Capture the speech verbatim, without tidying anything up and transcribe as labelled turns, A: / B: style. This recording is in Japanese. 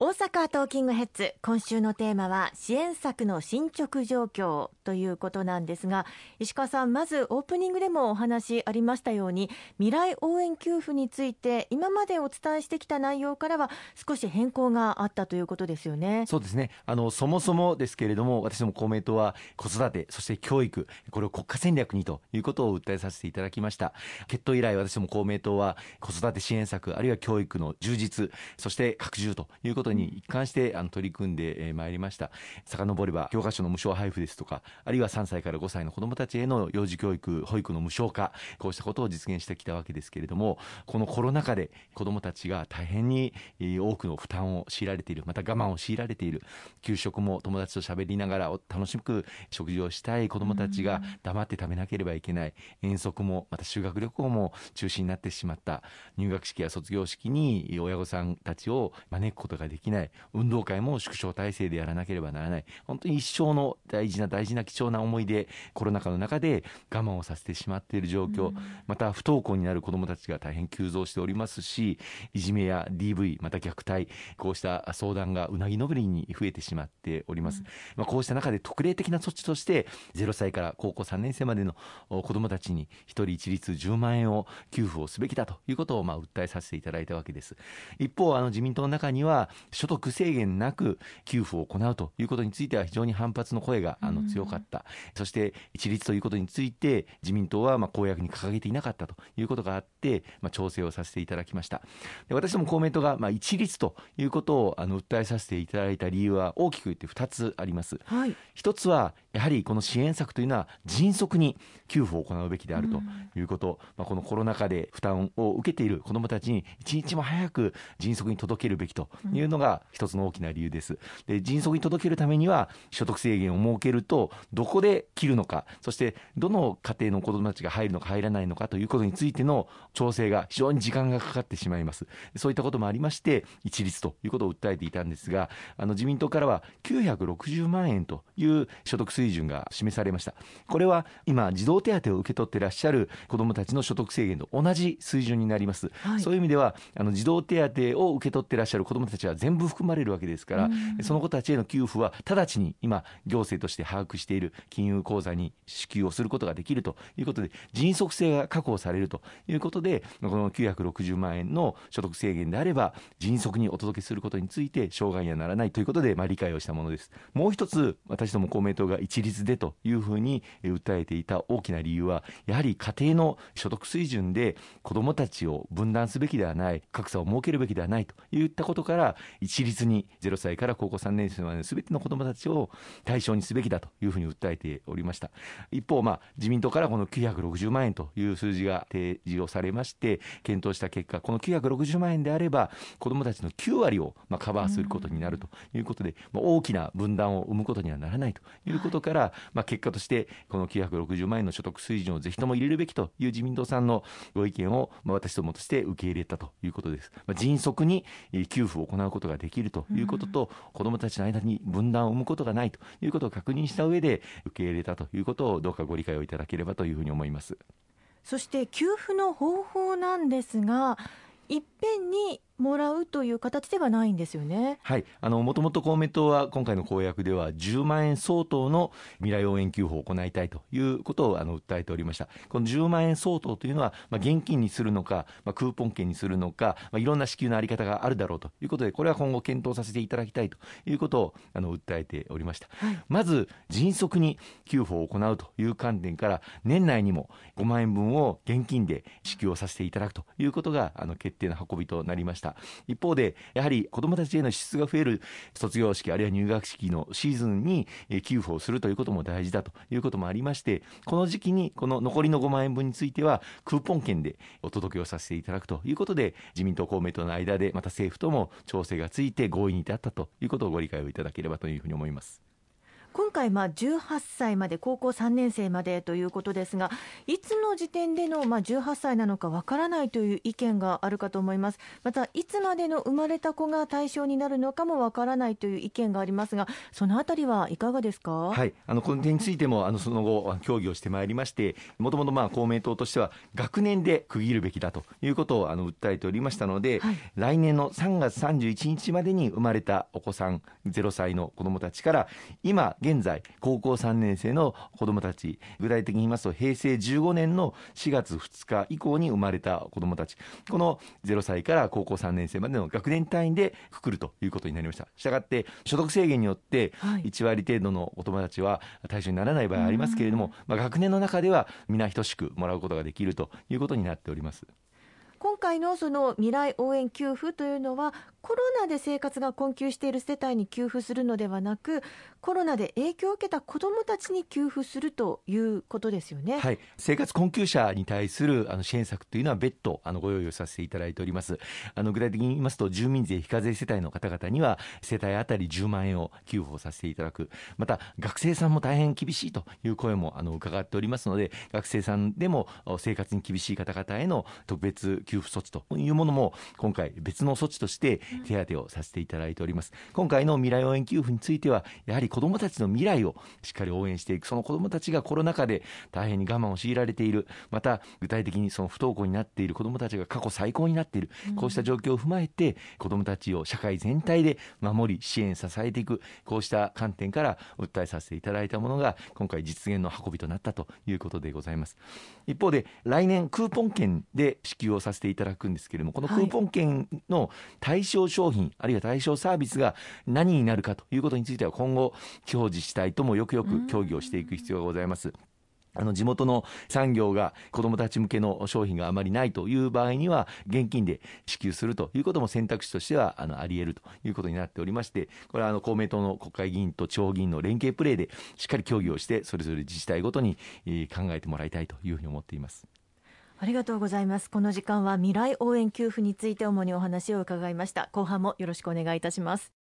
A: 大阪トーキングヘッズ、今週のテーマは支援策の進捗状況ということなんですが、石川さん、まずオープニングでもお話ありましたように、未来応援給付について今までお伝えしてきた内容からは少し変更があったということですよね。
B: そうですね。あのそもそもですけれども、私ども公明党は子育て、そして教育、これを国家戦略にということを訴えさせていただきました。決闘以来、私ども公明党は子育て支援策、あるいは教育の充実、そして拡充ということに一貫してあの取り組んでまいりました。遡れば教科書の無償配布ですとか、あるいはさんさいからごさいの子どもたちへの幼児教育、保育の無償化、こうしたことを実現してきたわけですけれども、このコロナ禍で子どもたちが大変に多くの負担を強いられている、また我慢を強いられている。給食も友達と喋りながら楽しく食事をしたい子どもたちが黙って食べなければいけない。遠足もまた修学旅行も中止になってしまった。入学式や卒業式に親御さんたちを招くことができない。運動会も縮小体制でやらなければならない。本当に一生の大事な大事な貴重な思い出、コロナ禍の中で我慢をさせてしまっている状況、また不登校になる子どもたちが大変急増しておりますし、いじめや ディーブイ、また虐待、こうした相談がうなぎ登りに増えてしまっております。まあ、こうした中で特例的な措置としてゼロさいから高校さんねん生までの子どもたちに一人一律じゅうまんえんを給付をすべきだということをまあ訴えさせていただいたわけです。一方、あの自民党の中には所得制限なく給付を行うということについては非常に反発の声があの強かった。そして一律ということについて自民党はまあ公約に掲げていなかったということがあって、まあ、調整をさせていただきました。で、私ども公明党がまあ一律ということをあの訴えさせていただいた理由は大きく言ってふたつあります。
A: はい、
B: 一つはやはりこの支援策というのは迅速に給付を行うべきであるということ、まあ、このコロナ禍で負担を受けている子どもたちに一日も早く迅速に届けるべきというのが一つの大きな理由です。で、迅速に届けるためには所得制限を設けるとどこで切るのか、そしてどの家庭の子どもたちが入るのか入らないのかということについての調整が非常に時間がかかってしまいます。そういったこともありまして一律ということを訴えていたんですが、あの自民党からはきゅうひゃくろくじゅうまんえんという所得水準が示されました。これは今児童手当を受け取っていらっしゃる子どもたちの所得制限と同じ水準になります。はい、そういう意味ではあの児童手当を受け取っていらっしゃる子どもたちは全部含まれるわけですから、その子たちへの給付は直ちに今行政として把握している金融口座に支給をすることができるということで、迅速性が確保されるということで、このきゅうひゃくろくじゅうまんえんの所得制限であれば迅速にお届けすることについて障害にはならないということで、まあ、理解をしたものです。もう一つ、私ども公明党が一律でというふうに訴えていた大きな理由は、やはり家庭の所得水準で子どもたちを分断すべきではない、格差を設けるべきではないといったことから、一律にゼロさいから高校さんねん生までのすべての子どもたちを対象にすべきだというふうに訴えておりました。一方、まあ、自民党からこのきゅうひゃくろくじゅうまんえんという数字が提示をされまして検討した結果、このきゅうひゃくろくじゅうまんえんであれば子どもたちのきゅうわりをまあカバーすることになるということで、まあ、大きな分断を生むことにはならないということから、はい、まあ、結果としてこのきゅうひゃくろくじゅうまんえんの所得水準をぜひとも入れるべきという自民党さんのご意見を、まあ、私どもとして受け入れたということです。まあ、迅速に給付を行うことができるということと、子どもたちの間に分断を生むことがないということを確認した上で受け入れたということをどうかご理解をいただければというふうに思います。
A: そして給付の方法なんですが、いっぺんにもらうという形ではないんですよね。
B: はい、あのもともと公明党は今回の公約ではじゅうまんえん相当の未来応援給付を行いたいということをあの訴えておりました。このじゅうまんえん相当というのは、まあ、現金にするのか、まあ、クーポン券にするのか、まあ、いろんな支給のあり方があるだろうということで、これは今後検討させていただきたいということをあの訴えておりました。はい、まず迅速に給付を行うという観点から、年内にもごまんえんぶんを現金で支給をさせていただくということがあの決定の運びとなりました。一方でやはり子どもたちへの支出が増える卒業式あるいは入学式のシーズンに給付をするということも大事だということもありまして、この時期にこの残りのごまんえんぶんについてはクーポン券でお届けをさせていただくということで、自民党公明党の間でまた政府とも調整がついて合意に至ったということをご理解をいただければというふうに思います。
A: 今今回まあじゅうはっさいまで、高校さんねん生までということですが、いつの時点でのまあじゅうはっさいなのかわからないという意見があるかと思います。またいつまでの生まれた子が対象になるのかもわからないという意見がありますが、そのあたりはいかがですか？
B: はい、あのこの点についてもあのその後協議をしてまいりまして、もともとまあ公明党としては学年で区切るべきだということをあの訴えておりましたので、はい、来年のさんがつさんじゅういちにちまでに生まれたお子さんゼロさいの子どもたちから今現在高校さんねん生の子どもたち、具体的に言いますとへいせいじゅうごねんのしがつふつか以降に生まれた子どもたち、このゼロさいから高校さんねん生までの学年単位でくくるということになりました。したがって所得制限によっていちわり程度のお友達は対象にならない場合ありますけれども、まあ、学年の中では皆等しくもらうことができるということになっております。
A: 今回のその未来応援給付というのは、コロナで生活が困窮している世帯に給付するのではなく、コロナで影響を受けた子どもたちに給付するということですよね。
B: はい、生活困窮者に対するあの支援策というのは別途あのご用意をさせていただいております。あの具体的に言いますと、住民税非課税世帯の方々には世帯当たりじゅうまんえんを給付をさせていただく。また学生さんも大変厳しいという声もあの伺っておりますので、学生さんでも生活に厳しい方々への特別給付措置というものも今回別の措置として手当をさせていただいております。今回の未来応援給付については、やはり子どもたちの未来をしっかり応援していく。その子どもたちがコロナ禍で大変に我慢を強いられている、また具体的にその不登校になっている子どもたちが過去最高になっている、こうした状況を踏まえて子どもたちを社会全体で守り支援支えていく、こうした観点から訴えさせていただいたものが今回実現の運びとなったということでございます。一方で来年クーポン券で支給をさせていただくんですけれども、このクーポン券の対象商品、はい、あるいは対象サービスが何になるかということについては、今後地方自治体ともよくよく協議をしていく必要がございます。あの地元の産業が子どもたち向けの商品があまりないという場合には現金で支給するということも選択肢としてはあのあり得るということになっておりまして、これはあの公明党の国会議員と地方議員の連携プレーでしっかり協議をして、それぞれ自治体ごとに考えてもらいたいというふうに思っています。
A: ありがとうございます。この時間は未来応援給付について主にお話を伺いました。後半もよろしくお願いいたします。